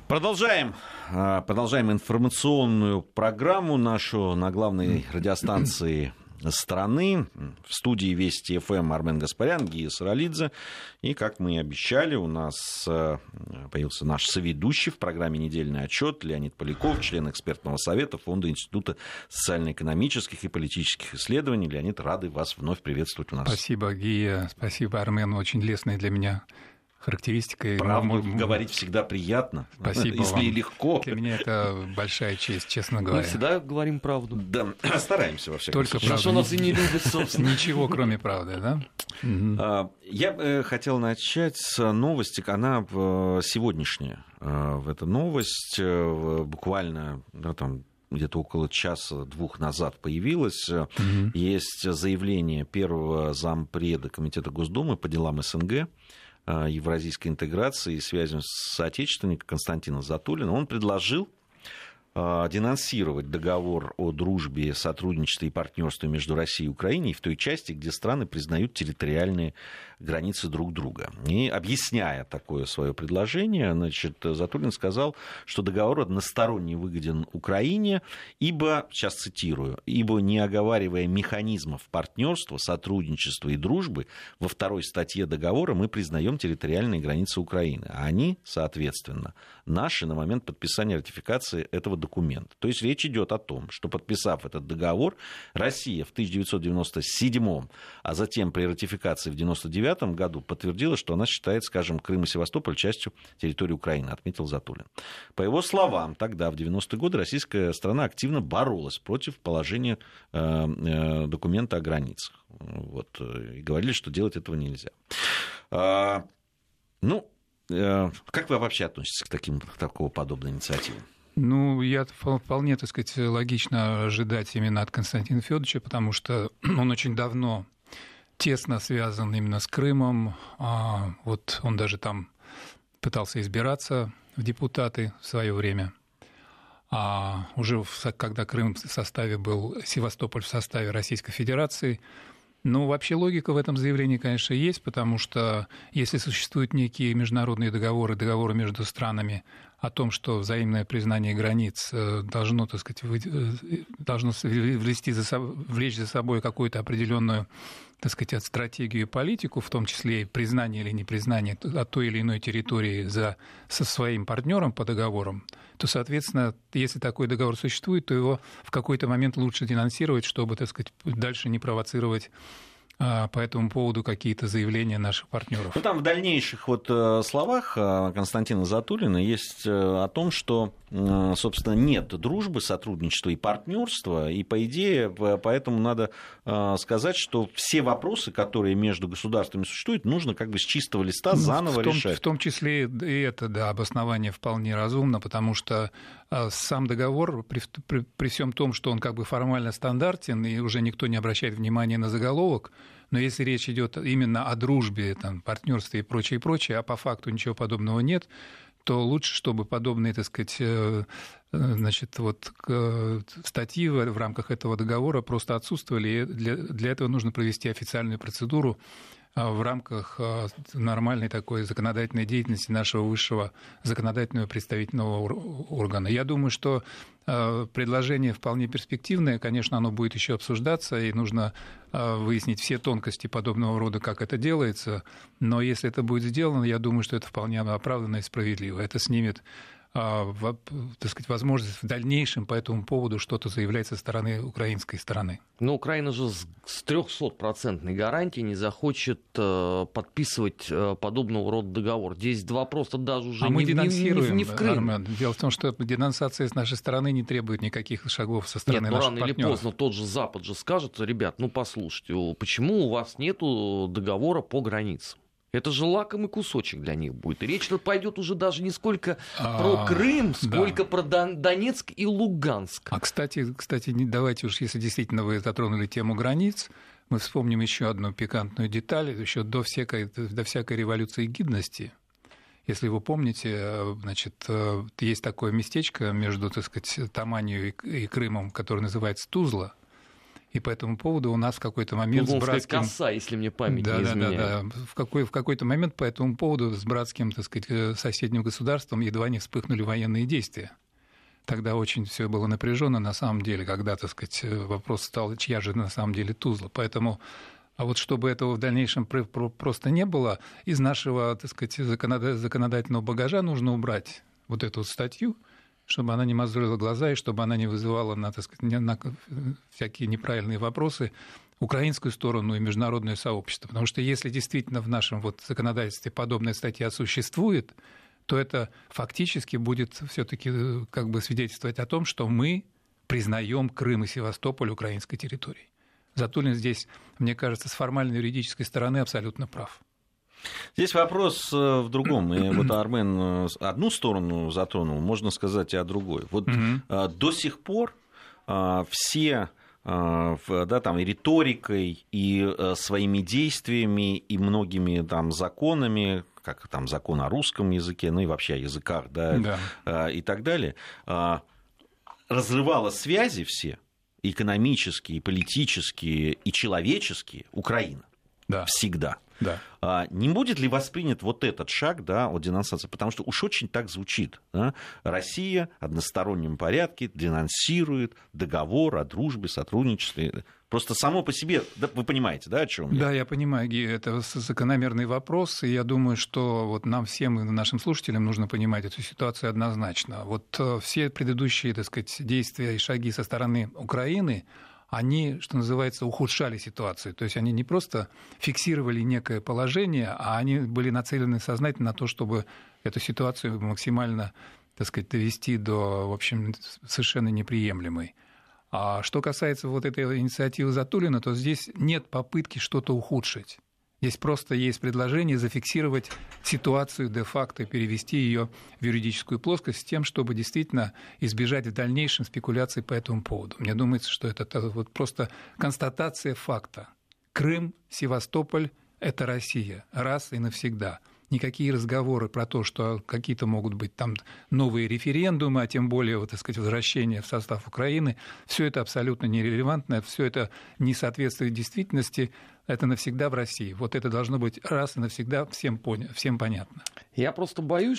Продолжаем информационную программу нашу на главной радиостанции страны. В студии Вести ФМ Армен Гаспарян, Гия Саралидзе. И, как мы и обещали, у нас появился наш соведущий в программе «Недельный отчет» Леонид Поляков, член экспертного совета Фонда Института социально-экономических и политических исследований. Леонид, рады вас вновь приветствовать у нас. Спасибо, Гия. Спасибо, Армен. Очень лестная для меня характеристика. Правду говорить всегда приятно. Спасибо если вам. легко. Для меня это большая честь, честно говоря. Мы всегда говорим правду. Да, стараемся во всяком случае. Только что нас и не любят, собственно. Ничего, кроме правды, да? Я хотел начать с новости, она сегодняшняя. Эта новость буквально где-то около часа-двух назад появилась. Есть заявление первого зампреда Комитета Госдумы по делам СНГ, евразийской интеграции и связям с соотечественником Константина Затулина. Он предложил денонсировать договор о дружбе, сотрудничестве и партнерстве между Россией и Украиной в той части, где страны признают территориальные границы друг друга. И объясняя такое свое предложение, Затулин сказал, что договор односторонне выгоден Украине, ибо, сейчас цитирую, ибо не оговаривая механизмов партнерства, сотрудничества и дружбы, во второй статье договора мы признаем территориальные границы Украины, а они, соответственно, наши на момент подписания ратификации этого документа. То есть речь идет о том, что, подписав этот договор, Россия в 1997, а затем при ратификации в 1999 году подтвердила, что она считает, скажем, Крым и Севастополь частью территории Украины, отметил Затулин. По его словам, тогда, в 90-е годы, российская страна активно боролась против положения документа о границах. И говорили, что делать этого нельзя. Как вы вообще относитесь к такого подобной инициативе? Я вполне, так сказать, логично ожидать именно от Константина Федоровича, потому что он очень давно тесно связан именно с Крымом. Он даже там пытался избираться в депутаты в свое время. Уже когда Крым в составе был, Севастополь в составе Российской Федерации. Вообще логика в этом заявлении, конечно, есть, потому что если существуют некие международные договоры между странами о том, что взаимное признание границ должно, так сказать, влечь за собой какую-то определенную, так сказать, стратегию и политику, в том числе и признание или непризнание от той или иной территории со своим партнером по договорам, то, соответственно, если такой договор существует, то его в какой-то момент лучше денонсировать, чтобы, так сказать, дальше не провоцировать по этому поводу какие-то заявления наших партнеров. Там в дальнейших словах Константина Затулина есть о том, что, собственно, нет дружбы, сотрудничества и партнерства, и, по идее, поэтому надо сказать, что все вопросы, которые между государствами существуют, нужно как бы с чистого листа заново решать. В том числе и это, обоснование вполне разумно, потому что сам договор, при всем том, что он как бы формально стандартен, и уже никто не обращает внимания на заголовок, но если речь идет именно о дружбе, партнерстве и прочее, а по факту ничего подобного нет, то лучше, чтобы подобные, так сказать, статьи в рамках этого договора просто отсутствовали. И для этого нужно провести официальную процедуру в рамках нормальной такой законодательной деятельности нашего высшего законодательного представительного органа. Я думаю, что предложение вполне перспективное, конечно, оно будет еще обсуждаться, и нужно выяснить все тонкости подобного рода, как это делается, но если это будет сделано, я думаю, что это вполне оправданно и справедливо. Это снимет, так сказать, возможность в дальнейшем по этому поводу что-то заявлять со стороны украинской стороны. Но Украина же с 300% гарантией не захочет подписывать подобного рода договор. Здесь два просто даже уже мы не в Крым. Армен. Дело в том, что денонсация с нашей стороны не требует никаких шагов со стороны наших партнеров. Рано или поздно тот же Запад же скажет: ребят, послушайте, почему у вас нету договора по границам? Это же лакомый кусочек для них будет. И речь пойдет уже даже не сколько про Крым, сколько про Донецк и Луганск. Кстати, давайте уж, если действительно вы затронули тему границ, мы вспомним еще одну пикантную деталь, еще до всякой революции гидности. Если вы помните, есть такое местечко между, так сказать, Таманью и Крымом, которое называется Тузла. И по этому поводу у нас в какой-то момент с братским... коса, если мне память не изменяет. Да. В какой-то момент по этому поводу с братским, так сказать, соседним государством едва не вспыхнули военные действия. Тогда очень все было напряженно на самом деле, когда, так сказать, вопрос стал, чья же на самом деле Тузла. Поэтому, а вот чтобы этого в дальнейшем просто не было, из нашего, так сказать, законодательного багажа нужно убрать вот эту вот статью, чтобы она не мозолила глаза и чтобы она не вызывала на всякие неправильные вопросы украинскую сторону и международное сообщество. Потому что если действительно в нашем вот законодательстве подобная статья существует, то это фактически будет все-таки как бы свидетельствовать о том, что мы признаем Крым и Севастополь украинской территорией. Затулин здесь, мне кажется, с формальной юридической стороны абсолютно прав. Здесь вопрос в другом. И вот Армен одну сторону затронул, можно сказать и о другой. Вот до сих пор все там, и риторикой, и своими действиями, и многими там, законами, как там закон о русском языке, ну и вообще о языках, и так далее, разрывала связи все, экономические, политические и человеческие, Украина. Да. Всегда. Да. Не будет ли воспринят вот этот шаг о денонсации? Потому что уж очень так звучит. Да? Россия в одностороннем порядке денонсирует договор о дружбе, сотрудничестве. Просто само по себе, вы понимаете, да, о чем я? Да, я понимаю, Ги, это закономерный вопрос, и я думаю, что вот нам всем и нашим слушателям нужно понимать эту ситуацию однозначно. Вот все предыдущие, так сказать, действия и шаги со стороны Украины, они, что называется, ухудшали ситуацию. То есть они не просто фиксировали некое положение, а они были нацелены сознательно на то, чтобы эту ситуацию максимально, так сказать, довести до, в общем, совершенно неприемлемой. А что касается вот этой инициативы Затулина, то здесь нет попытки что-то ухудшить. Здесь просто есть предложение зафиксировать ситуацию де-факто, перевести ее в юридическую плоскость с тем, чтобы действительно избежать в дальнейшем спекуляций по этому поводу. Мне думается, что это вот просто констатация факта. Крым, Севастополь – это Россия. Раз и навсегда. Никакие разговоры про то, что какие-то могут быть там новые референдумы, а тем более, вот, так сказать, возвращение в состав Украины, все это абсолютно нерелевантно, все это не соответствует действительности. Это навсегда в России. Вот это должно быть раз и навсегда всем понятно. Я просто боюсь,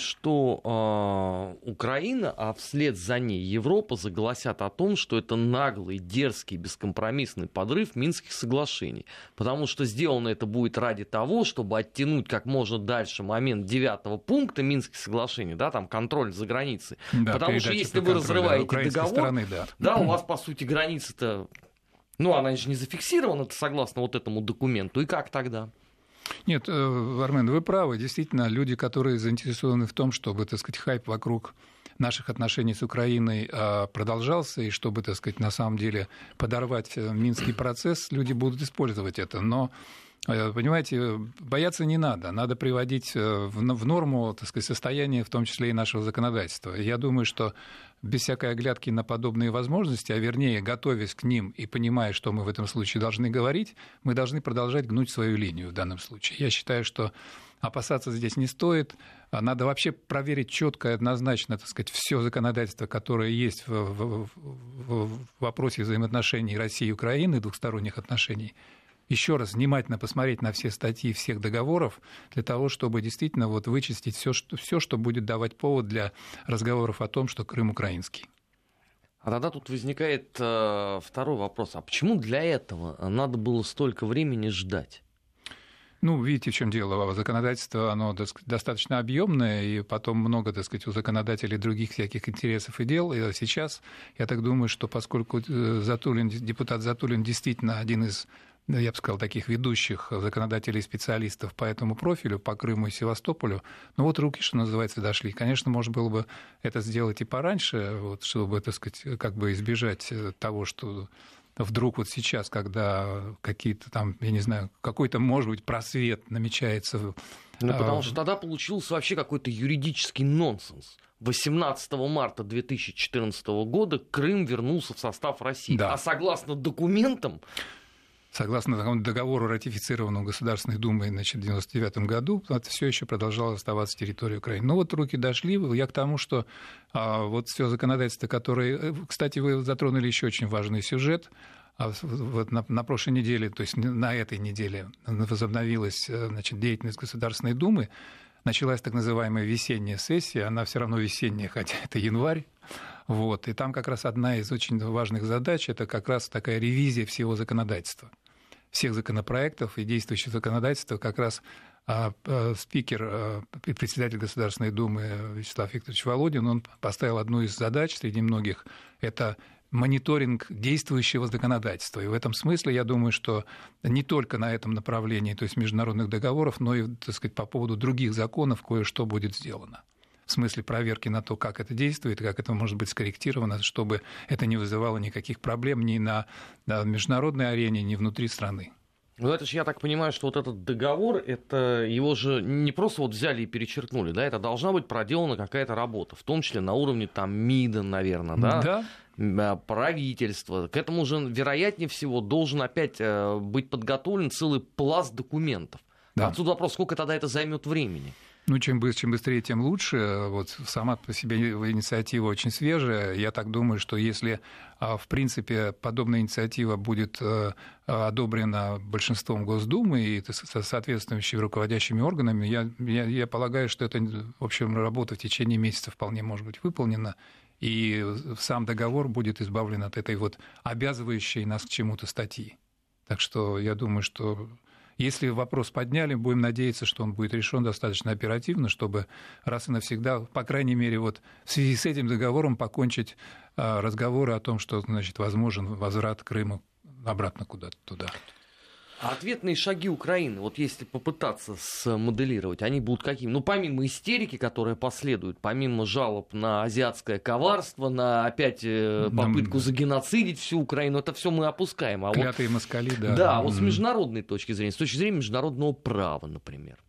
что Украина, а вслед за ней Европа заголосят о том, что это наглый, дерзкий, бескомпромиссный подрыв Минских соглашений. Потому что сделано это будет ради того, чтобы оттянуть как можно дальше момент 9-го пункта Минских соглашений, да, там контроль за границей. Да, потому что если вы разрываете договор, стороны, да, у вас, по сути, граница-то... Ну, она же не зафиксирована согласно вот этому документу. И как тогда? Нет, Армен, вы правы. Действительно, люди, которые заинтересованы в том, чтобы, так сказать, хайп вокруг наших отношений с Украиной продолжался, и чтобы, так сказать, на самом деле подорвать Минский процесс, люди будут использовать это. Но, понимаете, бояться не надо. Надо приводить в норму, так сказать, состояние, в том числе и нашего законодательства. Я думаю, что без всякой оглядки на подобные возможности, а вернее, готовясь к ним и понимая, что мы в этом случае должны говорить, мы должны продолжать гнуть свою линию в данном случае. Я считаю, что опасаться здесь не стоит. Надо вообще проверить четко и однозначно, так сказать, все законодательство, которое есть в вопросе взаимоотношений России и Украины, двухсторонних отношений. Еще раз внимательно посмотреть на все статьи всех договоров для того, чтобы действительно вот вычистить все, что будет давать повод для разговоров о том, что Крым украинский. А тогда тут возникает второй вопрос. А почему для этого надо было столько времени ждать? Ну, видите, в чем дело. Законодательство, оно достаточно объемное, и потом много, так сказать, у законодателей других всяких интересов и дел. И сейчас, я так думаю, что поскольку депутат Затулин действительно один из, я бы сказал, таких ведущих законодателей и специалистов по этому профилю, по Крыму и Севастополю, ну вот руки, что называется, дошли. Конечно, можно было бы это сделать и пораньше, вот, чтобы, так сказать, как бы избежать того, что вдруг вот сейчас, когда какие-то там, я не знаю, какой-то, может быть, просвет намечается. Ну, потому что тогда получился вообще какой-то юридический нонсенс. 18 марта 2014 года Крым вернулся в состав России. Да. А согласно документам... Согласно договору, ратифицированному Государственной Думой в 1999 году, это все еще продолжало оставаться территорией Украины. Но вот руки дошли. Я к тому, что вот все законодательство, которое... Кстати, вы затронули еще очень важный сюжет. Вот на прошлой неделе, то есть на этой неделе возобновилась, значит, деятельность Государственной Думы, началась так называемая весенняя сессия, она все равно весенняя, хотя это январь. Вот. И там как раз одна из очень важных задач – это как раз такая ревизия всего законодательства, всех законопроектов и действующего законодательства. Как раз спикер, председатель Государственной Думы Вячеслав Викторович Володин, он поставил одну из задач среди многих – это мониторинг действующего законодательства. И в этом смысле я думаю, что не только на этом направлении, то есть международных договоров, но и, так сказать, по поводу других законов кое-что будет сделано. В смысле проверки на то, как это действует, как это может быть скорректировано, чтобы это не вызывало никаких проблем ни на международной арене, ни внутри страны. Ну, это же, я так понимаю, что вот этот договор, это его же не просто вот взяли и перечеркнули, да, это должна быть проделана какая-то работа, в том числе на уровне там МИДа, наверное, да? Да. Правительства. К этому же, вероятнее всего, должен опять быть подготовлен целый пласт документов. Да. Отсюда вопрос, сколько тогда это займет времени? Ну, чем быстрее, тем лучше. Вот сама по себе инициатива очень свежая. Я так думаю, что если, в принципе, подобная инициатива будет одобрена большинством Госдумы и со соответствующими руководящими органами, я полагаю, что это, в общем, работа в течение месяца вполне может быть выполнена, и сам договор будет избавлен от этой вот обязывающей нас к чему-то статьи. Так что я думаю, что если вопрос подняли, будем надеяться, что он будет решен достаточно оперативно, чтобы раз и навсегда, по крайней мере, вот в связи с этим договором покончить разговоры о том, что, значит, возможен возврат Крыма обратно куда-то туда. А ответные шаги Украины, вот если попытаться смоделировать, они будут какими? Ну, помимо истерики, которая последует, помимо жалоб на азиатское коварство, на опять попытку загеноцидить всю Украину, это все мы опускаем. А клятые москали, да. Да, вот с международной точки зрения, с точки зрения международного права, например.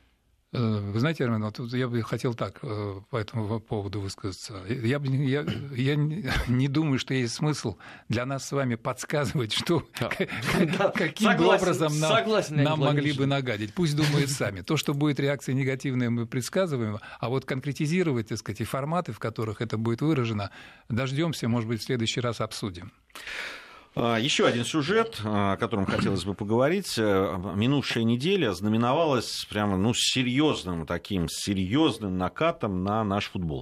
Вы знаете, Армен, вот я бы хотел так по этому поводу высказаться. Я не думаю, что есть смысл для нас с вами подсказывать, что каким образом нам могли бы нагадить. Пусть думают сами. То, что будет реакция негативная, мы предсказываем, а вот конкретизировать, так сказать, и форматы, в которых это будет выражено, дождемся, может быть, в следующий раз обсудим. Еще один сюжет, о котором хотелось бы поговорить. Минувшая неделя знаменовалась прямо серьезным накатом на наш футбол.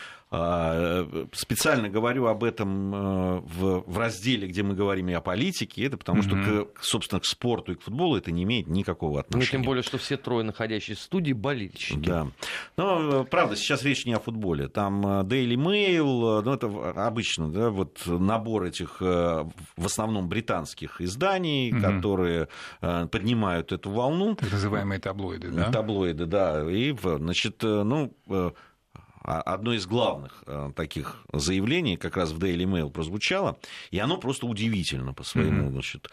Специально говорю об этом в разделе, где мы говорим и о политике, это потому что, собственно, к спорту и к футболу это не имеет никакого отношения. Ну, тем более, что все трое находящиеся в студии болельщики. Да. Но, правда, сейчас речь не о футболе. Там Daily Mail, это обычно, да, вот набор этих, в основном, британских изданий, которые поднимают эту волну. Так называемые таблоиды, да? Таблоиды, да. И, значит, одно из главных таких заявлений как раз в Daily Mail прозвучало, и оно просто удивительно по своему,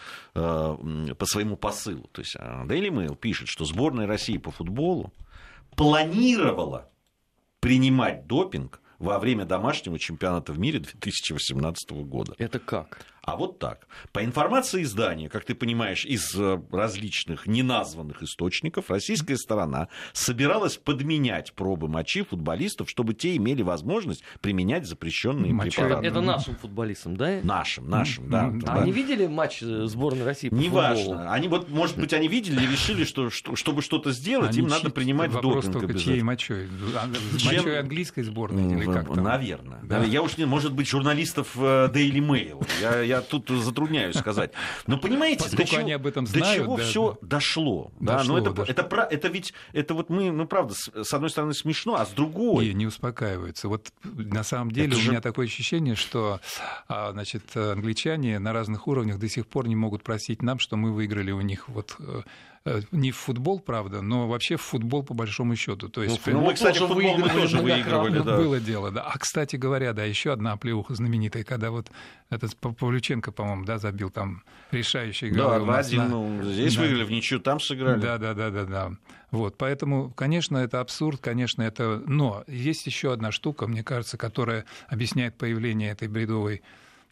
по своему посылу. То есть Daily Mail пишет, что сборная России по футболу планировала принимать допинг во время домашнего чемпионата в мире 2018 года. Это как? А вот так. По информации издания, как ты понимаешь, из различных неназванных источников, российская сторона собиралась подменять пробы мочи футболистов, чтобы те имели возможность применять запрещенные препараты. Это нашим футболистам, да? Нашим, да. Они видели матч сборной России по футболу? Неважно. Они, может быть, они видели и решили, что чтобы что-то сделать, им надо принимать допинг. Вопрос только чьей мочой? Мочой английской сборной или как там? Наверное. Да. Я уж не, может быть, журналистов Daily Mail. Я тут затрудняюсь сказать. Но понимаете, до чего все дошло. Это ведь, это вот мы, правда, с одной стороны смешно, а с другой... Не успокаиваются. Вот на самом деле у меня такое ощущение, что, значит, англичане на разных уровнях до сих пор не могут простить нам, что мы выиграли у них вот... Не в футбол, правда, но вообще в футбол по большому счету. То есть, мы, кстати, в футбол мы тоже выигрывали. Да. Было дело, да. А, кстати говоря, да, еще одна оплеуха знаменитая, когда вот этот Павлюченко, по-моему, да, забил там решающий гол. Да, 2-1, здесь выиграли, в ничью там сыграли. Да. Вот, поэтому, конечно, это абсурд, конечно, это... Но есть еще одна штука, мне кажется, которая объясняет появление этой бредовой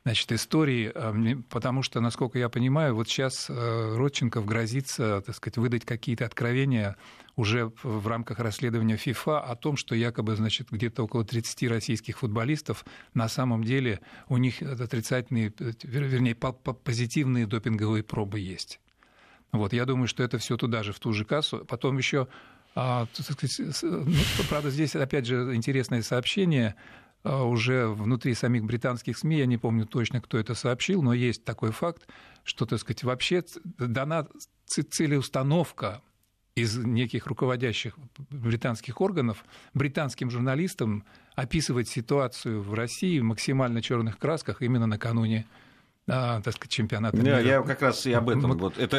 истории, потому что, насколько я понимаю, вот сейчас Родченков грозится, так сказать, выдать какие-то откровения уже в рамках расследования ФИФА о том, что якобы, значит, где-то около 30 российских футболистов на самом деле у них отрицательные, вернее, позитивные допинговые пробы есть. Вот, я думаю, что это все туда же, в ту же кассу. Потом еще, так сказать, правда, здесь, опять же, интересное сообщение. Уже внутри самих британских СМИ, я не помню точно, кто это сообщил, но есть такой факт, что, так сказать, вообще дана целеустановка из неких руководящих британских органов британским журналистам описывать ситуацию в России в максимально черных красках именно накануне, так сказать, чемпионата мира. Я как раз и об этом. Вот. Это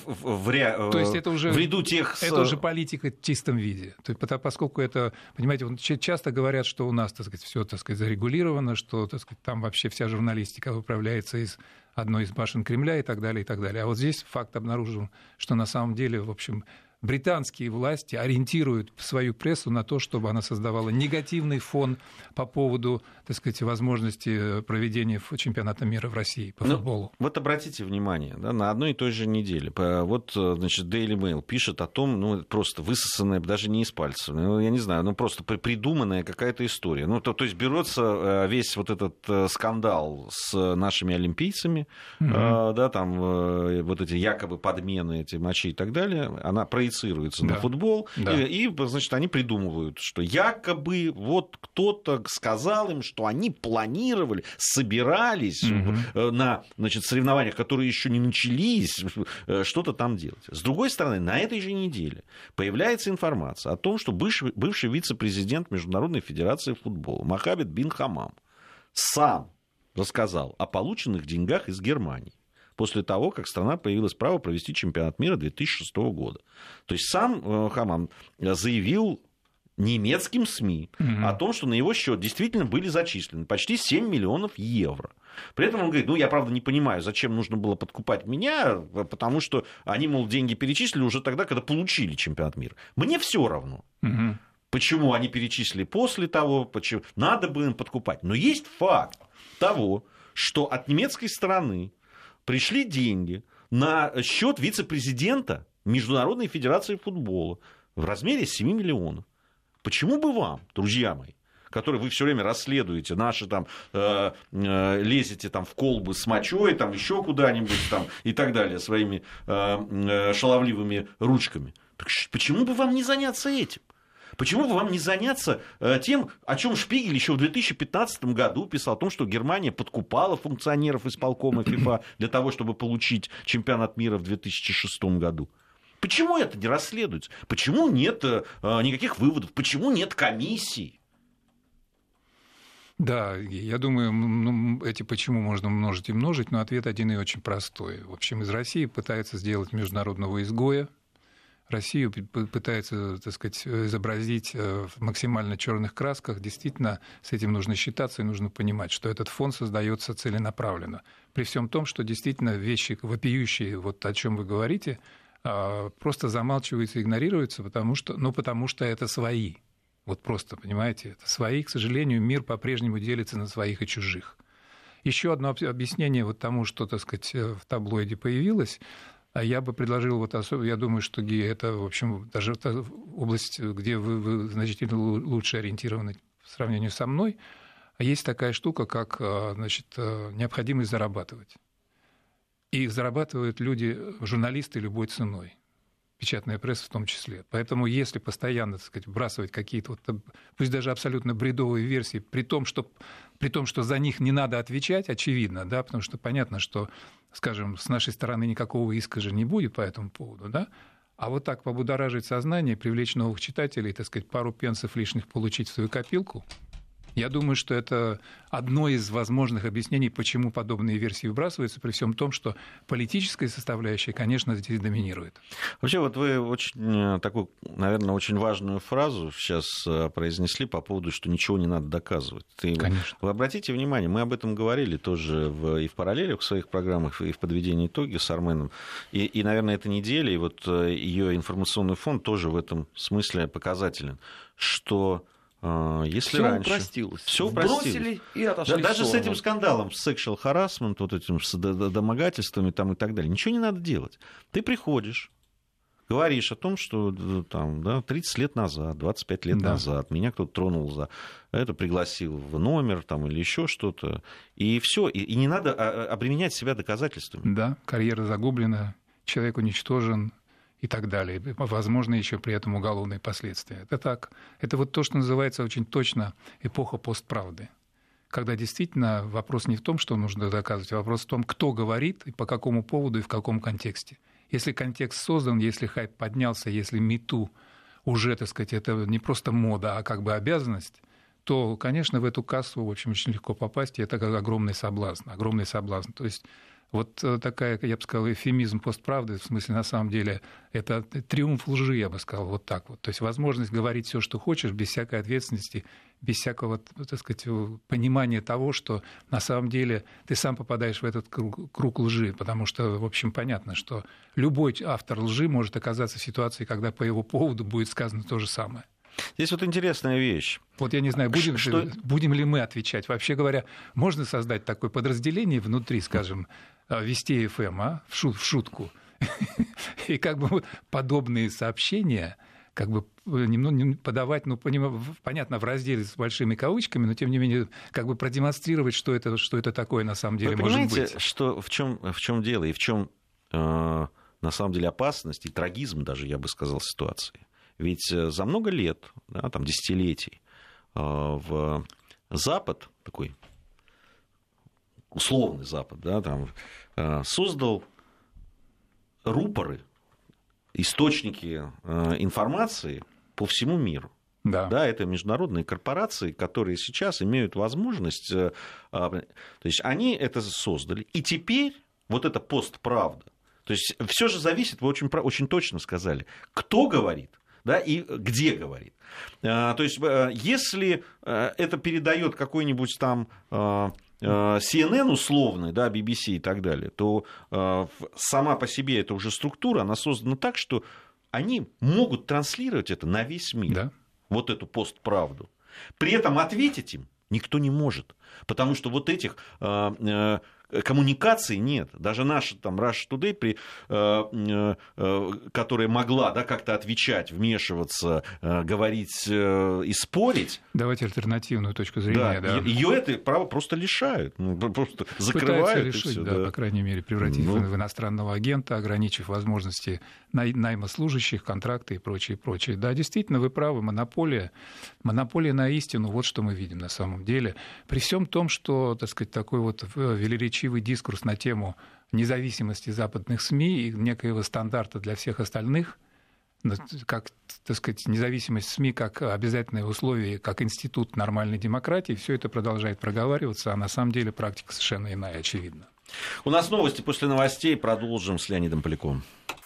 То есть это уже, в ряду тех... Это уже политика в чистом виде. То есть, поскольку это, понимаете, часто говорят, что у нас, так сказать, все, так сказать, зарегулировано, что, так сказать, там вообще вся журналистика управляется из одной из башен Кремля и так далее, и так далее. А вот здесь факт обнаружен, что на самом деле, в общем, британские власти ориентируют свою прессу на то, чтобы она создавала негативный фон по поводу, так сказать, возможности проведения чемпионата мира в России по футболу. Вот обратите внимание, да, на одной и той же неделе. Вот, значит, Daily Mail пишет о том, просто высосанная, даже не из пальца, я не знаю, просто придуманная какая-то история. То есть берется весь вот этот скандал с нашими олимпийцами, да, там вот эти якобы подмены, эти матчи и так далее, она проецируется на футбол, и, значит, они придумывают, что якобы вот кто-то сказал им, что они планировали, собирались на, значит, соревнованиях, которые еще не начались, что-то там делать. С другой стороны, на этой же неделе появляется информация о том, что бывший вице-президент Международной федерации футбола Мохаммед бин Хамам сам рассказал о полученных деньгах из Германии после того, как страна появилась право провести чемпионат мира 2006 года. То есть сам Хамам заявил немецким СМИ о том, что на его счет действительно были зачислены почти 7 миллионов евро. При этом он говорит, я, правда, не понимаю, зачем нужно было подкупать меня, потому что они, мол, деньги перечислили уже тогда, когда получили чемпионат мира. Мне все равно. Почему они перечислили после того, почему надо было им подкупать. Но есть факт того, что от немецкой стороны пришли деньги на счет вице-президента Международной федерации футбола в размере 7 миллионов. Почему бы вам, друзья мои, которые вы все время расследуете, наши там лезете там в колбы с мочой, там еще куда-нибудь там и так далее своими шаловливыми ручками, почему бы вам не заняться этим? Почему бы вам не заняться тем, о чем Шпигель еще в 2015 году писал, о том, что Германия подкупала функционеров исполкома ФИФА для того, чтобы получить чемпионат мира в 2006 году? Почему это не расследуется? Почему нет никаких выводов? Почему нет комиссии? Да, я думаю, эти почему можно множить и множить, но ответ один и очень простой. В общем, из России пытаются сделать международного изгоя. Россию пытается, так сказать, изобразить в максимально черных красках. Действительно, с этим нужно считаться и нужно понимать, что этот фонд создается целенаправленно. При всем том, что действительно вещи вопиющие, вот о чем вы говорите, просто замалчиваются, игнорируются, потому что это свои. Вот просто, понимаете, это свои. К сожалению, мир по-прежнему делится на своих и чужих. Еще одно объяснение вот тому, что, так сказать, в таблоиде появилось. Я бы предложил, я думаю, что это, в общем, даже та область, где вы значительно лучше ориентированы в сравнении со мной, есть такая штука, как, значит, необходимость зарабатывать. И зарабатывают люди, журналисты, любой ценой. Печатная пресса в том числе. Поэтому если постоянно, так сказать, вбрасывать какие-то, пусть даже абсолютно бредовые версии, при том, что за них не надо отвечать, очевидно, да, потому что понятно, что, скажем, с нашей стороны никакого иска же не будет по этому поводу, да, а вот так побудоражить сознание, привлечь новых читателей, так сказать, пару пенсов лишних получить в свою копилку, я думаю, что это одно из возможных объяснений, почему подобные версии выбрасываются, при всем том, что политическая составляющая, конечно, здесь доминирует. Вообще, вот вы очень такую, наверное, очень важную фразу сейчас произнесли по поводу, что ничего не надо доказывать. Конечно. Вы обратите внимание, мы об этом говорили тоже и в параллелях в своих программах, и в подведении итоги с Арменом. И, наверное, эта неделя, и вот ее информационный фон тоже в этом смысле показателен, что Если все раньше... упростилось. Все бросили и отошли даже в с этим скандалом, с sexual harassment, вот этим с домогательствами там, и так далее, ничего не надо делать. Ты приходишь, говоришь о том, что там, да, 30 лет назад, 25 лет назад меня кто-то тронул за это, пригласил в номер там, или еще что-то, и все. И не надо обременять себя доказательствами. Да, карьера загублена, человек уничтожен и так далее. Возможно, еще при этом уголовные последствия. Это так. Это вот то, что называется очень точно эпоха постправды. Когда действительно вопрос не в том, что нужно доказывать, а вопрос в том, кто говорит, и по какому поводу, и в каком контексте. Если контекст создан, если хайп поднялся, если МИТУ уже, так сказать, это не просто мода, а как бы обязанность, то, конечно, в эту кассу, в общем, очень легко попасть, и это огромный соблазн. Огромный соблазн. То есть вот такая, я бы сказал, эвфемизм постправды, в смысле, на самом деле, это триумф лжи, я бы сказал, вот так вот. То есть возможность говорить все, что хочешь, без всякой ответственности, без всякого, так сказать, понимания того, что на самом деле ты сам попадаешь в этот круг лжи, потому что, в общем, понятно, что любой автор лжи может оказаться в ситуации, когда по его поводу будет сказано то же самое. Здесь вот интересная вещь. Вот я не знаю, будем ли мы отвечать. Вообще говоря, можно создать такое подразделение внутри, скажем, Вести ФМ, в шутку. И как бы вот подобные сообщения как бы немного подавать, ну, понятно, в разделе с большими кавычками, но тем не менее как бы продемонстрировать, что это такое на самом деле может быть. Вы понимаете, что в чем дело и в чем на самом деле опасность и трагизм даже, я бы сказал, ситуации. Ведь за много лет, да, там, десятилетий, в Запад, такой условный Запад, да, там, создал рупоры, источники информации по всему миру. Да. Да, это международные корпорации, которые сейчас имеют возможность, то есть они это создали, и теперь вот это постправда, то есть все же зависит, вы очень точно сказали, кто говорит, да, и где говорит. То есть если это передает какой-нибудь там CNN условный, да, BBC и так далее, то сама по себе эта уже структура, она создана так, что они могут транслировать это на весь мир, да. Вот эту постправду. При этом ответить им никто не может, потому что вот этих коммуникаций нет. Даже наша там Russia Today, которая могла, да, как-то отвечать, вмешиваться, говорить и спорить. Давайте альтернативную точку зрения. Да. Ее это право просто лишают, просто закрывают. Пытаются лишить, и всё, да, да. по крайней мере, превратив в иностранного агента, ограничив возможности найма служащих, контракты и прочее, прочее. Да, действительно, вы правы, монополия на истину, вот что мы видим на самом деле. При всем том, что, так сказать, такой вот велеречивый дискурс на тему независимости западных СМИ и некоего стандарта для всех остальных, как, так сказать, независимость СМИ как обязательное условие, как институт нормальной демократии, все это продолжает проговариваться, а на самом деле практика совершенно иная, очевидно. У нас новости, после новостей продолжим с Леонидом Поляковым.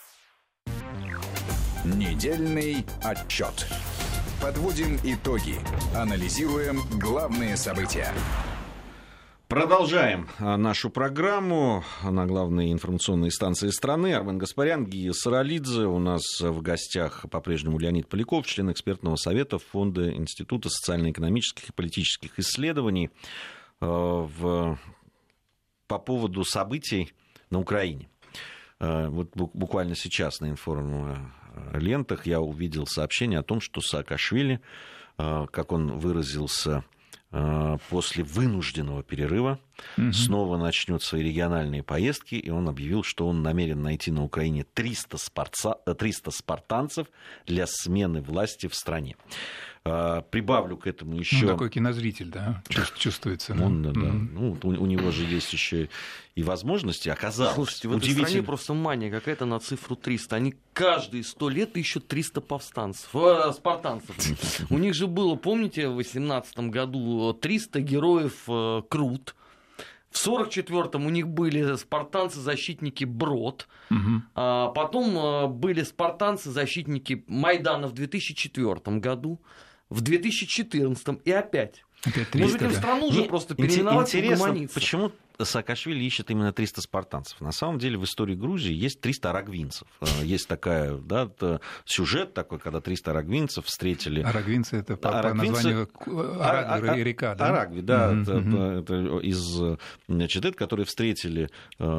Недельный отчет. Подводим итоги. Анализируем главные события. Продолжаем нашу программу на главной информационной станции страны. Армен Гаспарян, Гия Саралидзе. У нас в гостях по-прежнему Леонид Поляков, член экспертного совета Фонда Института социально-экономических и политических исследований по поводу событий на Украине. Вот буквально сейчас на информлентах я увидел сообщение о том, что Саакашвили, как он выразился, после вынужденного перерыва снова начнет свои региональные поездки, и он объявил, что он намерен найти на Украине 300 спартанцев для смены власти в стране. Прибавлю к этому еще... Ну, такой кинозритель, да, чувствуется. Он, да. Ну, у него же есть еще и возможности, оказалось. Слушайте, в этой стране просто мания какая-то на цифру 300. Они каждые 100 лет ищут 300 спартанцев. У них же было, помните, в 18 году 300 героев Крут. В 1944-м у них были спартанцы-защитники Брод. А потом были спартанцы-защитники Майдана в 2004 году. В 2014 и опять. Опять 300, может быть, страну уже просто переименовать в гуманистов. Почему Саакашвили ищет именно 300 спартанцев. На самом деле в истории Грузии есть 300 арагвинцев. Есть такая, да, сюжет такой, когда 300 арагвинцев встретили... Арагвинцы — это по названию Арагви, река, да? Арагви, да. Это из... Значит, это, которые встретили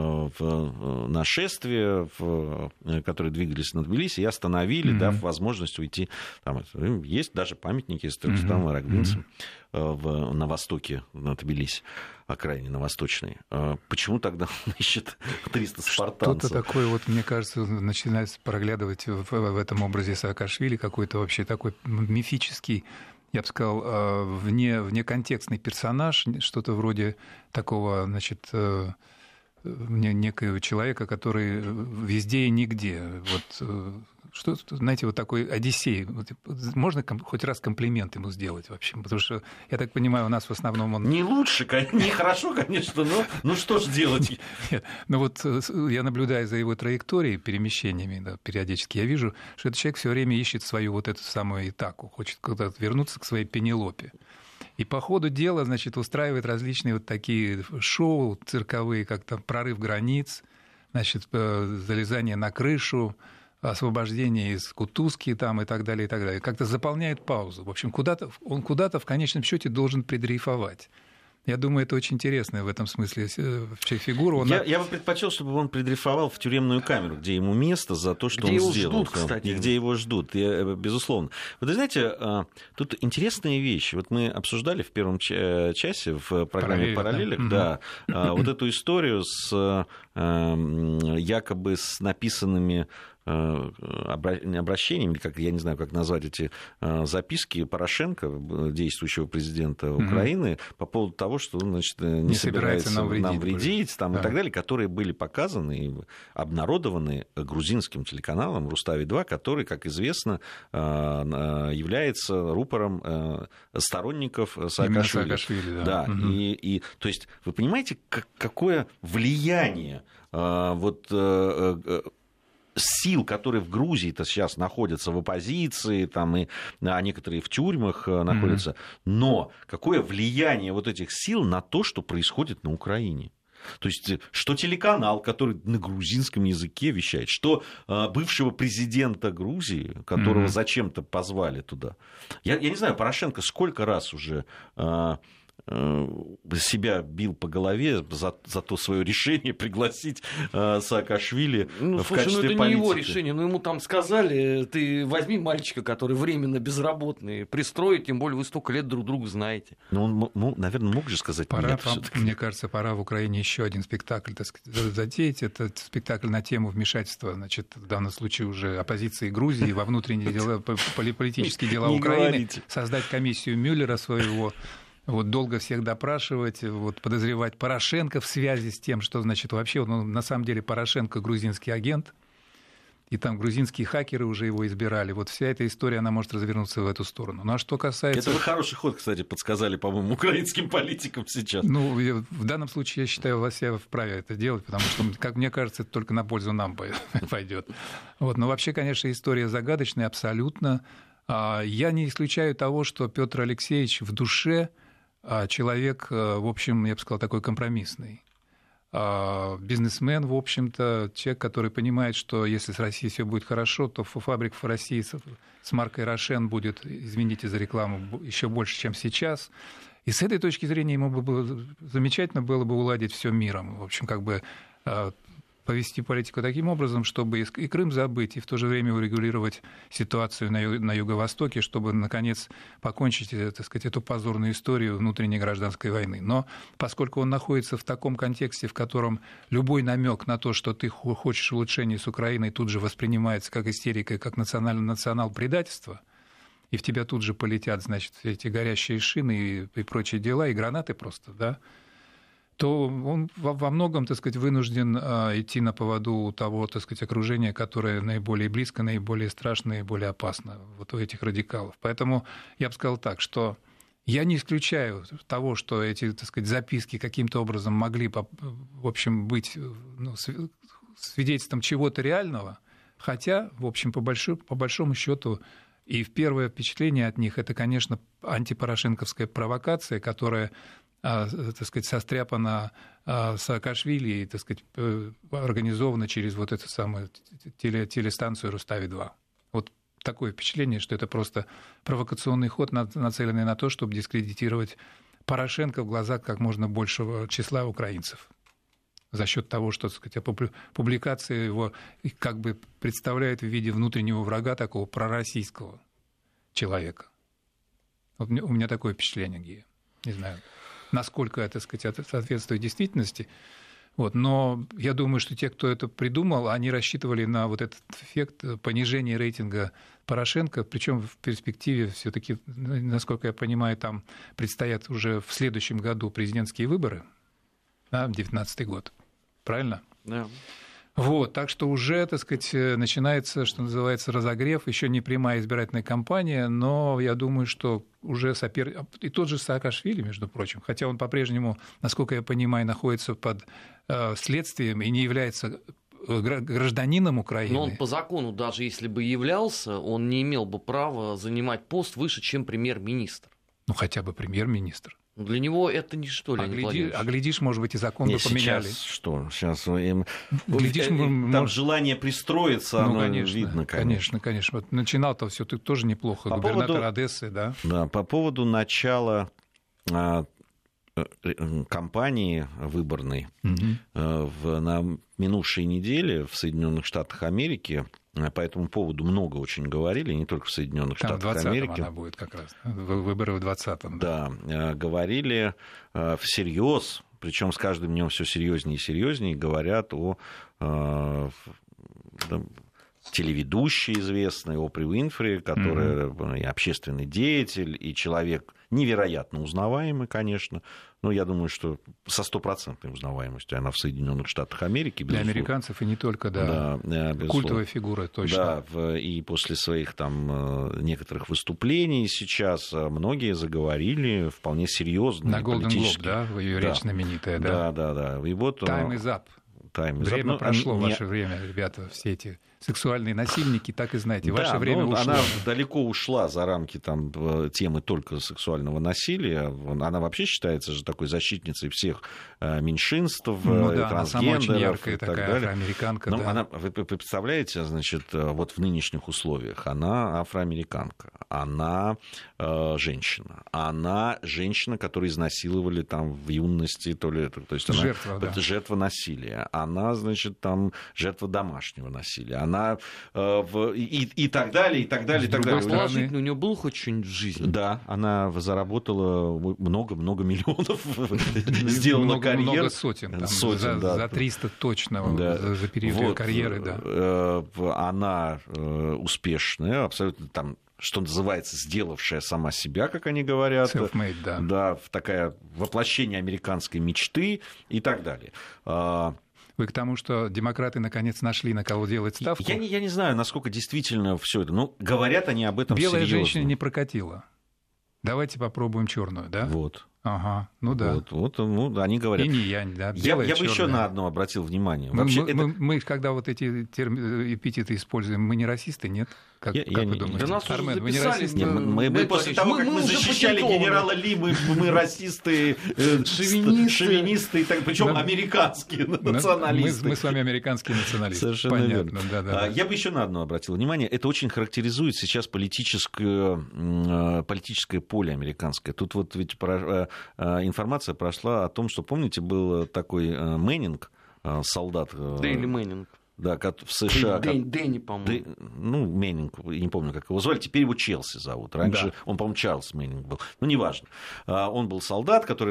нашествие, которые двигались на Тбилиси и остановили, дав возможность уйти. Там есть даже памятники с 300 арагвинцам на востоке, на Тбилиси, окраине на восточной. Почему тогда он ищет 300 спартанцев? Что-то такое, вот, мне кажется, начинает проглядывать в этом образе Саакашвили какой-то вообще такой мифический, я бы сказал, внеконтекстный персонаж, что-то вроде такого, значит, некоего человека, который везде и нигде. Вот, что, знаете, вот такой Одиссей. Вот, можно хоть раз комплимент ему сделать вообще? Потому что, я так понимаю, у нас в основном он... Не лучше, не хорошо, конечно, но что ж делать? Нет, но вот я наблюдаю за его траекторией, перемещениями, да, периодически, я вижу, что этот человек все время ищет свою вот эту самую Итаку, хочет куда-то вернуться к своей Пенелопе. И по ходу дела, значит, устраивает различные вот такие шоу цирковые, как там прорыв границ, значит, залезание на крышу, освобождение из кутузки там, и так далее, и так далее. Как-то заполняет паузу. В общем, он куда-то в конечном счете должен предрейфовать. Я думаю, это очень интересная в этом смысле фигура. Я бы предпочел, чтобы он предрейфовал в тюремную камеру, где ему место за то, что он сделал. Ждут, кстати. И где его ждут, безусловно. Вы знаете, тут интересные вещи. Вот мы обсуждали в первом часе в программе «Параллелях», да, вот эту историю с якобы с написанными обращениями, как, я не знаю, как назвать эти записки Порошенко, действующего президента Украины, по поводу того, что он, значит, не собирается нам вредить там, и так далее, которые были показаны и обнародованы грузинским телеканалом Рустави-2, который, как известно, является рупором сторонников Саакашвили. Да. И, то есть, вы понимаете, какое влияние вот сил, которые в Грузии-то сейчас находятся в оппозиции, там, а некоторые в тюрьмах находятся, но какое влияние вот этих сил на то, что происходит на Украине? То есть, что телеканал, который на грузинском языке вещает, что бывшего президента Грузии, которого зачем-то позвали туда. Я не знаю, Порошенко сколько раз уже себя бил по голове за то свое решение пригласить Саакашвили в качестве это не его решение, но ему там сказали, ты возьми мальчика, который временно безработный, пристрой, тем более вы столько лет друг друга знаете. Но он, наверное, мог же сказать нет. Мне кажется, пора в Украине еще один спектакль, так сказать, затеять. Это спектакль на тему вмешательства, значит, в данном случае уже оппозиции Грузии во внутренние дела, политические дела Украины, создать комиссию Мюллера своего. Вот долго всех допрашивать, вот, подозревать Порошенко в связи с тем, что, значит, вообще, на самом деле Порошенко грузинский агент, и там грузинские хакеры уже его избирали. Вот вся эта история, она может развернуться в эту сторону. Ну, а что касается... Это вы хороший ход, кстати, подсказали, по-моему, украинским политикам сейчас. Ну, в данном случае, я считаю, Власия вправе это делать, потому что, как мне кажется, это только на пользу нам пойдет. Вот. Но вообще, конечно, история загадочная абсолютно. Я не исключаю того, что Петр Алексеевич в душе человек, в общем, я бы сказал, такой компромиссный. Бизнесмен, в общем-то, человек, который понимает, что если с Россией все будет хорошо, то фабрик в России с маркой «Рошен» будет, извините за рекламу, еще больше, чем сейчас. И с этой точки зрения ему бы замечательно было бы уладить все миром. В общем, как бы повести политику таким образом, чтобы и Крым забыть, и в то же время урегулировать ситуацию на Юго-Востоке, чтобы, наконец, покончить, так сказать, эту позорную историю внутренней гражданской войны. Но поскольку он находится в таком контексте, в котором любой намек на то, что ты хочешь улучшения с Украиной, тут же воспринимается как истерика и как национал-предательство, и в тебя тут же полетят, значит, эти горящие шины и прочие дела, и гранаты просто, да, то он во многом, так сказать, вынужден идти на поводу того, так сказать, окружения, которое наиболее близко, наиболее страшно, наиболее опасно вот у этих радикалов. Поэтому я бы сказал так, что я не исключаю того, что эти, так сказать, записки каким-то образом могли, в общем, быть свидетельством чего-то реального, хотя, в общем, по большому счету, и первое впечатление от них — это, конечно, антипорошенковская провокация, которая так сказать, состряпано Саакашвили и, так сказать, организовано через вот эту самую телестанцию «Рустави-2». Вот такое впечатление, что это просто провокационный ход, нацеленный на то, чтобы дискредитировать Порошенко в глазах как можно большего числа украинцев. За счет того, что, так сказать, публикация его как бы представляет в виде внутреннего врага такого пророссийского человека. Вот у меня такое впечатление, Гия. Не знаю, насколько это, так сказать, соответствует действительности. Вот. Но я думаю, что те, кто это придумал, они рассчитывали на вот этот эффект понижения рейтинга Порошенко, причем в перспективе все-таки, насколько я понимаю, там предстоят уже в следующем году президентские выборы, да, 2019 год. Правильно? Да. Вот, так что уже, так сказать, начинается, что называется, разогрев, еще не прямая избирательная кампания, но я думаю, что уже и тот же Саакашвили, между прочим, хотя он по-прежнему, насколько я понимаю, находится под следствием и не является гражданином Украины. Но он по закону, даже если бы являлся, он не имел бы права занимать пост выше, чем премьер-министр. Ну, хотя бы премьер-министр. Для него это ничто, Леонид Владимирович. Глядишь, может быть, и закон бы поменяли. Сейчас им... Глядишь, там желание пристроиться, оно видно, конечно. Конечно. Вот начинал-то все тоже неплохо. Губернатор Одессы, да? Да, по поводу начала кампании выборной на минувшей неделе в Соединенных Штатах Америки по этому поводу много очень говорили, не только в Соединенных Штатах Америки. Там она будет как раз, выборы в 2020-м. Да, говорили всерьез, причем с каждым днем все серьезнее и серьезнее, говорят о телеведущей известной Опре Уинфри, которая и общественный деятель, и человек невероятно узнаваемый, конечно. Но я думаю, что со 100% узнаваемостью она в Соединенных Штатах Америки. Для американцев и не только, да. Культовая фигура, точно. Да, и после своих там некоторых выступлений сейчас многие заговорили вполне серьезно. На Golden Globe, да, ее речь знаменитая, да? Да. И вот, Time is up. Время прошло, ваше время, ребята, все эти сексуальные насильники, так и знаете, ваше время ушло. Она далеко ушла за рамки там, темы только сексуального насилия. Она вообще считается же такой защитницей всех меньшинств, трансгендеров. Она сама очень яркая такая афроамериканка. Но она, вы представляете, значит, вот в нынешних условиях она афроамериканка, она женщина, она женщина, которую изнасиловали там в юности, то есть она жертва насилия, она, значит, там жертва домашнего насилия. Она и так далее, и так далее, и так далее. Положительно, у нее было хоть что-нибудь в жизни? Да, она заработала много миллионов, сделала карьеру. Много сотен, за 300 точно за период карьеры, да. Она успешная, абсолютно там, что называется, сделавшая сама себя, как они говорят. Self-made, да. Да, такое воплощение американской мечты и так далее. Вы к тому, что демократы наконец нашли, на кого делать ставку? Я не знаю, насколько действительно все это. Но говорят они об этом Белая серьезно. женщина не прокатила. Давайте попробуем черную, да? Вот. Ага, ну да. Вот, они говорят. Инь-янь, да. Я бы еще на одно обратил внимание. Мы, когда вот эти эпитеты используем, мы не расисты, нет? Как вы думаете? Да нас Армен, вы не расисты? Мы после того, как мы защищали генерала Ли, мы расисты, шовинисты, причем американские националисты. Мы с вами американские националисты. Совершенно понятно, верно. Да. Я бы еще на одно обратил внимание. Это очень характеризует сейчас политическое поле американское. Тут вот ведь информация прошла о том, что, помните, был такой Мэннинг, солдат. Дейли Мэннинг. Да, в США. Дэнни, по-моему. Мэннинг, я не помню, как его звали. Теперь его Челси зовут. Раньше он, по-моему, Чарльз Мэннинг был. Неважно. Он был солдат, который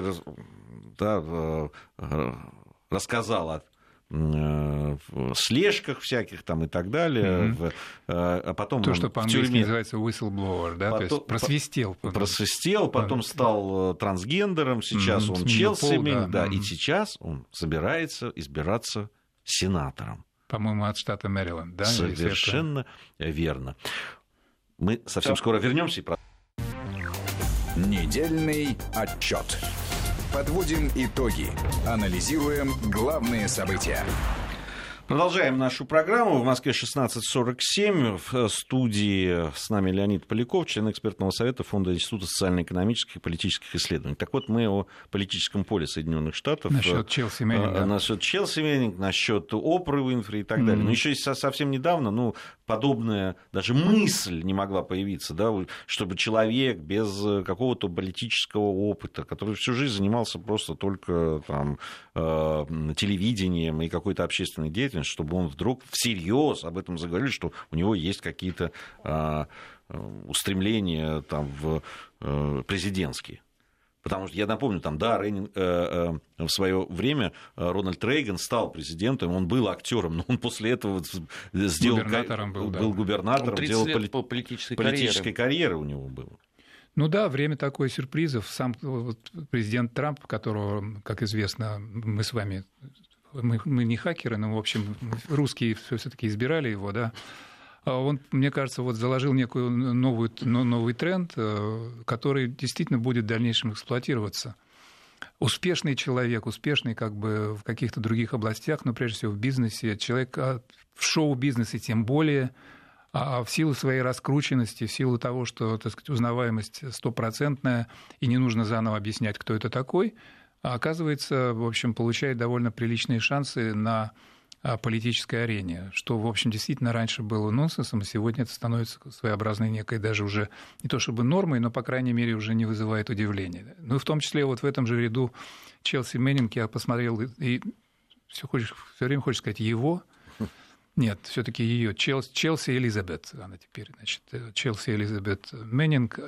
рассказал о слежках всяких там и так далее. А потом то, что по-английски называется whistleblower, да? То есть просвистел. Потом стал трансгендером. Сейчас он Челси Мэннинг. Да, и сейчас он собирается избираться сенатором. По-моему, от штата Мэриленд, да? Совершенно верно. Мы совсем скоро вернемся. Недельный отчет. Подводим итоги. Анализируем главные события. Продолжаем нашу программу. В Москве 16:47. В студии с нами Леонид Поляков, член экспертного совета Фонда Института социально-экономических и политических исследований. Так вот, мы о политическом поле Соединенных Штатов. Насчет Челси Мэннинга. Насчет Челси Мэннинга, насчет Опры Уинфри и так далее. Но еще совсем недавно, подобная даже мысль не могла появиться, да, чтобы человек без какого-то политического опыта, который всю жизнь занимался просто только там, телевидением и какой-то общественной деятельностью, чтобы он вдруг всерьез об этом заговорил, что у него есть какие-то устремления там, президентские. Потому что я напомню, в свое время Рональд Рейган стал президентом, он был актером, но он после этого сделал был губернатором, делал политической карьеры у него было. Ну да, время такое сюрпризов. Сам президент Трамп, которого, как известно, мы с вами, мы не хакеры, но, в общем, русские все-таки избирали его, да. Он, мне кажется, заложил некий новый тренд, который действительно будет в дальнейшем эксплуатироваться. Успешный человек, успешный как бы в каких-то других областях, но прежде всего в бизнесе, человек в шоу-бизнесе тем более, а в силу своей раскрученности, в силу того, что, так сказать, узнаваемость стопроцентная, и не нужно заново объяснять, кто это такой, оказывается, в общем, получает довольно приличные шансы на политической арене, что, в общем, действительно раньше было нонсенсом, и сегодня это становится своеобразной некой даже уже не то чтобы нормой, но, по крайней мере, уже не вызывает удивления. Ну и в том числе в этом же ряду Челси Мэннинг я посмотрел, и все время хочешь сказать его. Нет, все-таки ее Челси Элизабет, она теперь, значит, Челси Элизабет Мэннинг.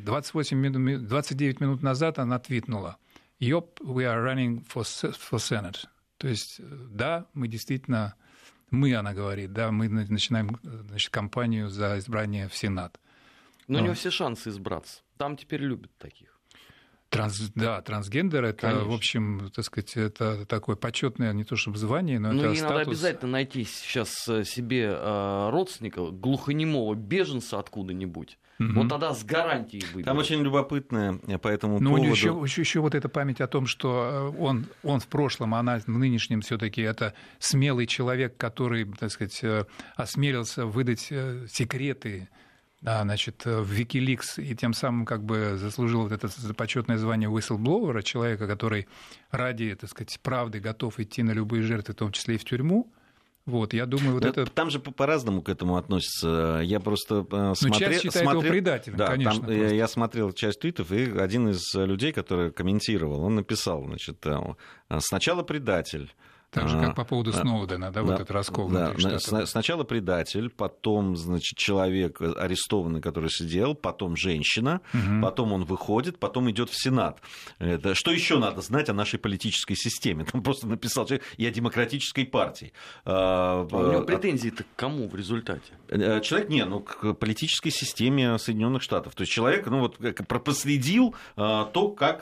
29 минут назад она твитнула: "Yup, we are running for Senate". То есть, да, мы действительно, она говорит, да, мы начинаем, значит, кампанию за избрание в Сенат. Но у него все шансы избраться. Там теперь любят таких. Трансгендер — это, конечно, в общем, так сказать, это такое почетное не то чтобы звание, но это ей статус. Надо обязательно найти сейчас себе родственника, глухонемого беженца откуда-нибудь. Вот тогда с гарантией выберут. Там очень любопытное по этому поводу. Но у него еще вот эта память о том, что он в прошлом, а она в нынешнем все-таки это смелый человек, который, так сказать, осмелился выдать секреты, значит, в Wikileaks, и тем самым как бы заслужил вот это почетное звание whistleblower, человека, который ради, так сказать, правды готов идти на любые жертвы, в том числе и в тюрьму. Вот, я думаю, это... Там же по-разному к этому относятся. Я просто смотрел... часть считает его предателем, да, конечно. Я смотрел часть твитов, и один из людей, который комментировал, он написал, значит, сначала предатель. Так же, как по поводу Сноудена, да, вот этот раскол. Да, сначала предатель, потом, значит, человек арестованный, который сидел, потом женщина, потом он выходит, потом идет в Сенат. Что еще надо знать о нашей политической системе? Там просто написал человек и о демократической партии. У него претензии-то к кому в результате? Человек, к политической системе Соединенных Штатов. То есть человек, проследил то, как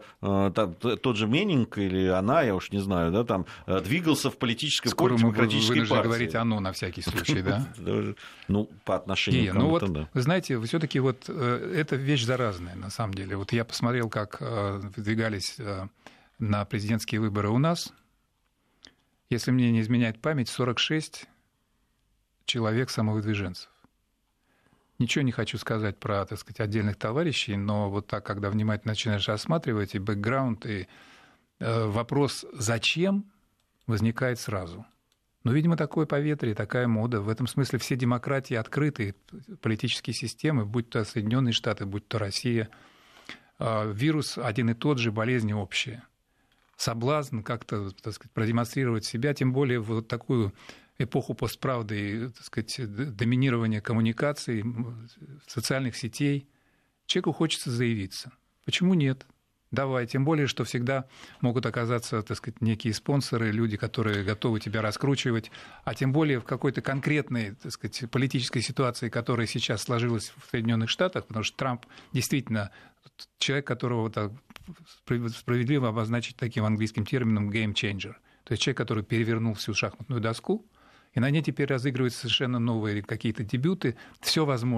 тот же Мэннинг или она, я уж не знаю, да, там двигался в политической поле демократической партии. Скоро мы вынуждены говорить «оно» на всякий случай, да? По отношению к кому-то, да. Вы знаете, все-таки это вещь заразная, на самом деле. Я посмотрел, как выдвигались на президентские выборы у нас. Если мне не изменяет память, 46 человек самовыдвиженцев. Ничего не хочу сказать про, так сказать, отдельных товарищей, но вот так, когда внимательно начинаешь осматривать и бэкграунд, и вопрос «зачем?» возникает сразу. Но, видимо, такое поветрие, такая мода. В этом смысле все демократии открытые, политические системы, будь то Соединенные Штаты, будь то Россия. Вирус один и тот же, болезни общие. Соблазн как-то, так сказать, продемонстрировать себя, тем более в такую эпоху постправды, так сказать, доминирования коммуникаций, социальных сетей. Человеку хочется заявиться. Почему нет? Давай, тем более, что всегда могут оказаться, так сказать, некие спонсоры, люди, которые готовы тебя раскручивать, а тем более в какой-то конкретной, так сказать, политической ситуации, которая сейчас сложилась в Соединенных Штатах, потому что Трамп действительно человек, которого так справедливо обозначить таким английским термином game changer, то есть человек, который перевернул всю шахматную доску, и на ней теперь разыгрываются совершенно новые какие-то дебюты. Все возможно.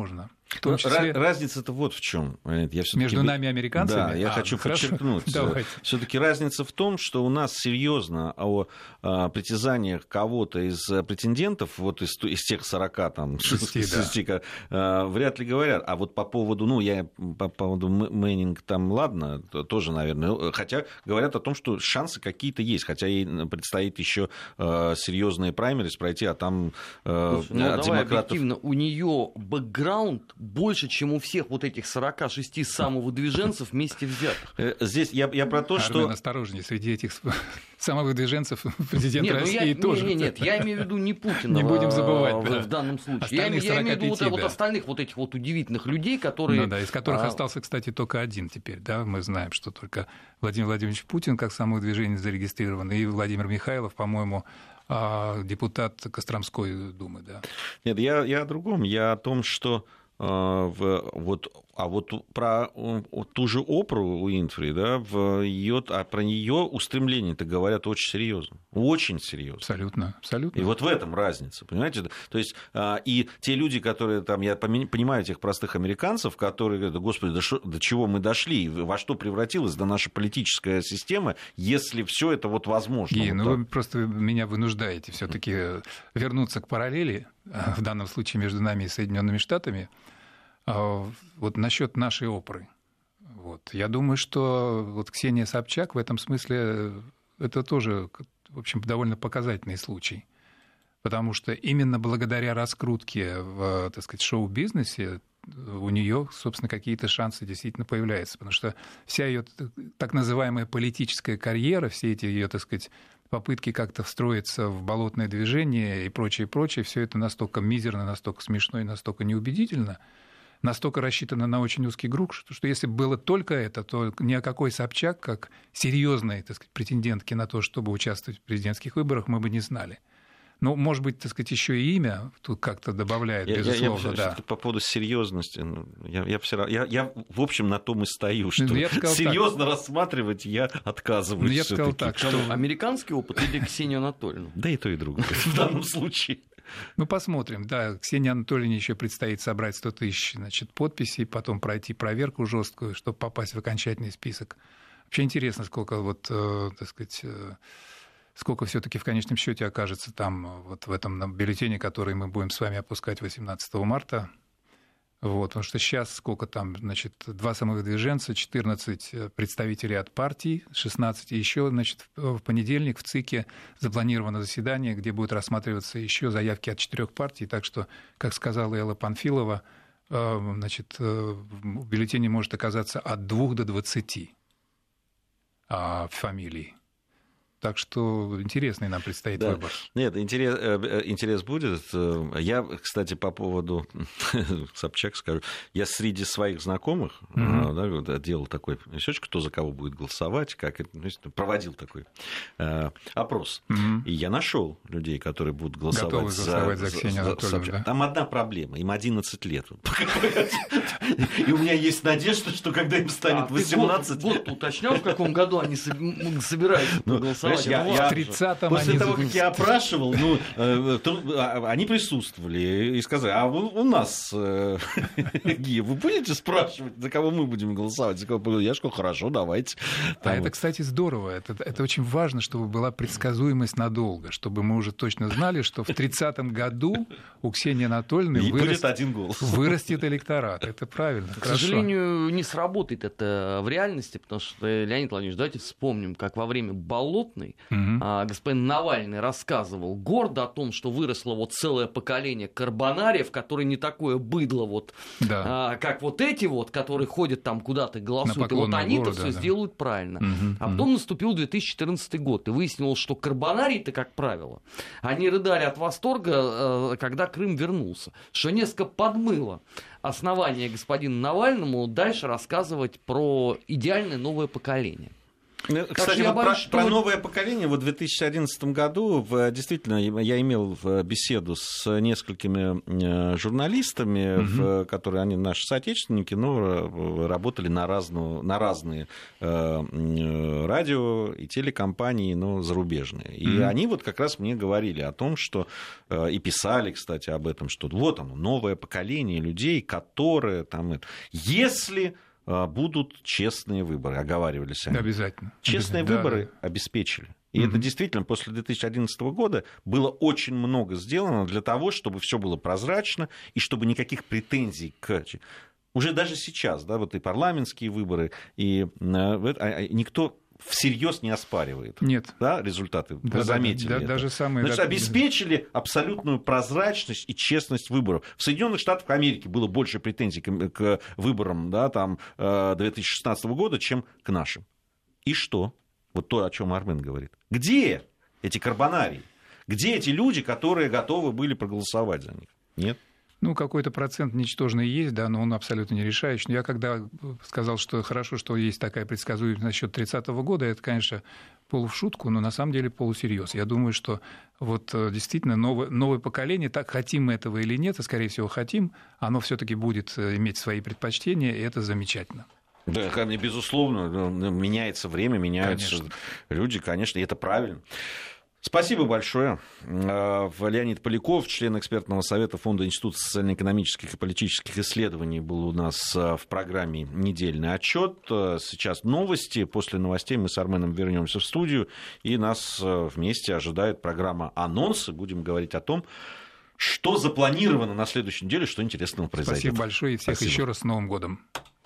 В том числе... Разница-то вот в чем. Между нами и американцами? Да, я хочу подчеркнуть. Все-таки разница в том, что у нас серьезно о притязаниях кого-то из претендентов, вот из тех 40, там, 60, вряд ли говорят. А вот по поводу, по поводу Мэннинг, там, ладно, тоже, наверное. Хотя говорят о том, что шансы какие-то есть. Хотя ей предстоит еще серьезные праймерис пройти, а там от демократов... Объективно, у нее бэкграунд больше, чем у всех вот этих 46 самовыдвиженцев вместе взятых. Здесь я про то, что... Армен, осторожнее, среди этих самовыдвиженцев президент России тоже. Нет, я имею в виду не Путина. Не будем забывать, в данном случае. Я имею в виду вот остальных вот этих вот удивительных людей, которые... из которых остался, кстати, только один теперь. Да? Мы знаем, что только Владимир Владимирович Путин как самовыдвижение зарегистрирован, и Владимир Михайлов, по-моему, депутат Костромской думы. Да. Нет, я о другом. Я о том, что про ту же Опру Уинфри, да, про ее устремления-то говорят очень серьезно. Очень серьезно. Абсолютно. И вот в этом разница, понимаете? То есть, и те люди, которые там, я понимаю этих простых американцев, которые говорят: господи, до чего мы дошли, во что превратилась наша политическая система, если все это вот возможно. Гей, вы просто меня вынуждаете все-таки вернуться к параллели, в данном случае между нами и Соединенными Штатами. Вот насчет нашей Опры. Я думаю, что вот Ксения Собчак в этом смысле это тоже, в общем, довольно показательный случай. Потому что именно благодаря раскрутке в, так сказать, шоу-бизнесе у нее, собственно, какие-то шансы действительно появляются. Потому что вся ее так называемая политическая карьера, все эти ее, так сказать, попытки как-то встроиться в болотное движение и прочее, все это настолько мизерно, настолько смешно и настолько неубедительно, настолько рассчитано на очень узкий круг, что если бы было только это, то ни о какой Собчак, как серьезной, так сказать, претендентки на то, чтобы участвовать в президентских выборах, мы бы не знали. Ну, может быть, так сказать, еще и имя тут как-то добавляет, безусловно, да. По поводу серьезности, я в общем на том и стою, что серьезно рассматривать я отказываюсь. Я бы сказал так, что американский опыт или Ксению Анатольевну? Да и то, и другое в данном случае. Посмотрим. Да, Ксении Анатольевне еще предстоит собрать 100 тысяч, подписей, потом пройти проверку жесткую, чтобы попасть в окончательный список. Вообще интересно, сколько так сказать, сколько все-таки в конечном счете окажется там в этом бюллетене, который мы будем с вами опускать 18 марта. Потому что сейчас сколько там, 2 самовыдвиженца, 14 представителей от партий, 16, и еще, в понедельник в ЦИКе запланировано заседание, где будут рассматриваться еще заявки от 4 партий, так что, как сказала Элла Панфилова, в бюллетене может оказаться от 2 до 20 фамилий. Так что интересный нам предстоит выбор. Нет, интерес будет. Я, кстати, по поводу Собчак скажу. Я среди своих знакомых делал такой счетчик, кто за кого будет голосовать, проводил такой опрос. И я нашел людей, которые будут голосовать за Ксению Анатольевну. Да? Там одна проблема. Им 11 лет. И у меня есть надежда, что когда им станет 18... Год уточнял, в каком году они собираются голосовать. После того, как я опрашивал, они присутствовали и сказали: а у нас, Гия, вы будете спрашивать, за кого мы будем голосовать? Я сказал: хорошо, давайте. Это, кстати, здорово. Это очень важно, чтобы была предсказуемость надолго, чтобы мы уже точно знали, что в 30-м году у Ксении Анатольевны вырастет электорат. Это правильно. К сожалению, не сработает это в реальности, потому что, Леонид Владимирович, давайте вспомним, как во время Болотной господин Навальный рассказывал гордо о том, что выросло целое поколение карбонариев, которые не такое быдло, как эти, которые ходят там куда-то голосуют. И они-то все сделают правильно. А потом наступил 2014 год, и выяснилось, что карбонарии-то, как правило, они рыдали от восторга, когда Крым вернулся, что несколько подмыло основание господину Навальному дальше рассказывать про идеальное новое поколение. Кстати, вот про новое поколение. Вот в 2011 году действительно я имел беседу с несколькими журналистами, которые они наши соотечественники, но работали на разные радио и телекомпании, но зарубежные. И они вот как раз мне говорили о том, что и писали, кстати, об этом, что вот оно, новое поколение людей, которые там... Если будут честные выборы, оговаривались они. Обязательно. Честные выборы обеспечили. И это действительно после 2011 года было очень много сделано для того, чтобы все было прозрачно и чтобы никаких претензий к... Уже даже сейчас, да, вот и парламентские выборы, и никто всерьез не оспаривает. Нет. Да, результаты. Вы заметили это. Даже самые... Значит, обеспечили абсолютную прозрачность и честность выборов. В Соединенных Штатах Америки было больше претензий к выборам, да, там, 2016 года, чем к нашим. И что? Вот то, о чем Армен говорит. Где эти карбонарии? Где эти люди, которые готовы были проголосовать за них? Нет. Ну, какой-то процент ничтожный есть, да, но он абсолютно не решающий. Я когда сказал, что хорошо, что есть такая предсказуемость насчет 30-го года, это, конечно, полу в шутку, но на самом деле полусерьез. Я думаю, что вот действительно новое поколение, так хотим мы этого или нет, а скорее всего хотим, оно все-таки будет иметь свои предпочтения, и это замечательно. Да, безусловно, меняется время, меняются люди, конечно, и это правильно. Спасибо большое. Леонид Поляков, член экспертного совета Фонда Института социально-экономических и политических исследований, был у нас в программе «Недельный отчет». Сейчас новости. После новостей мы с Арменом вернемся в студию, и нас вместе ожидает программа «Анонсы». Будем говорить о том, что запланировано на следующей неделе, что интересного произойдет. Спасибо большое, и всех еще раз с Новым годом.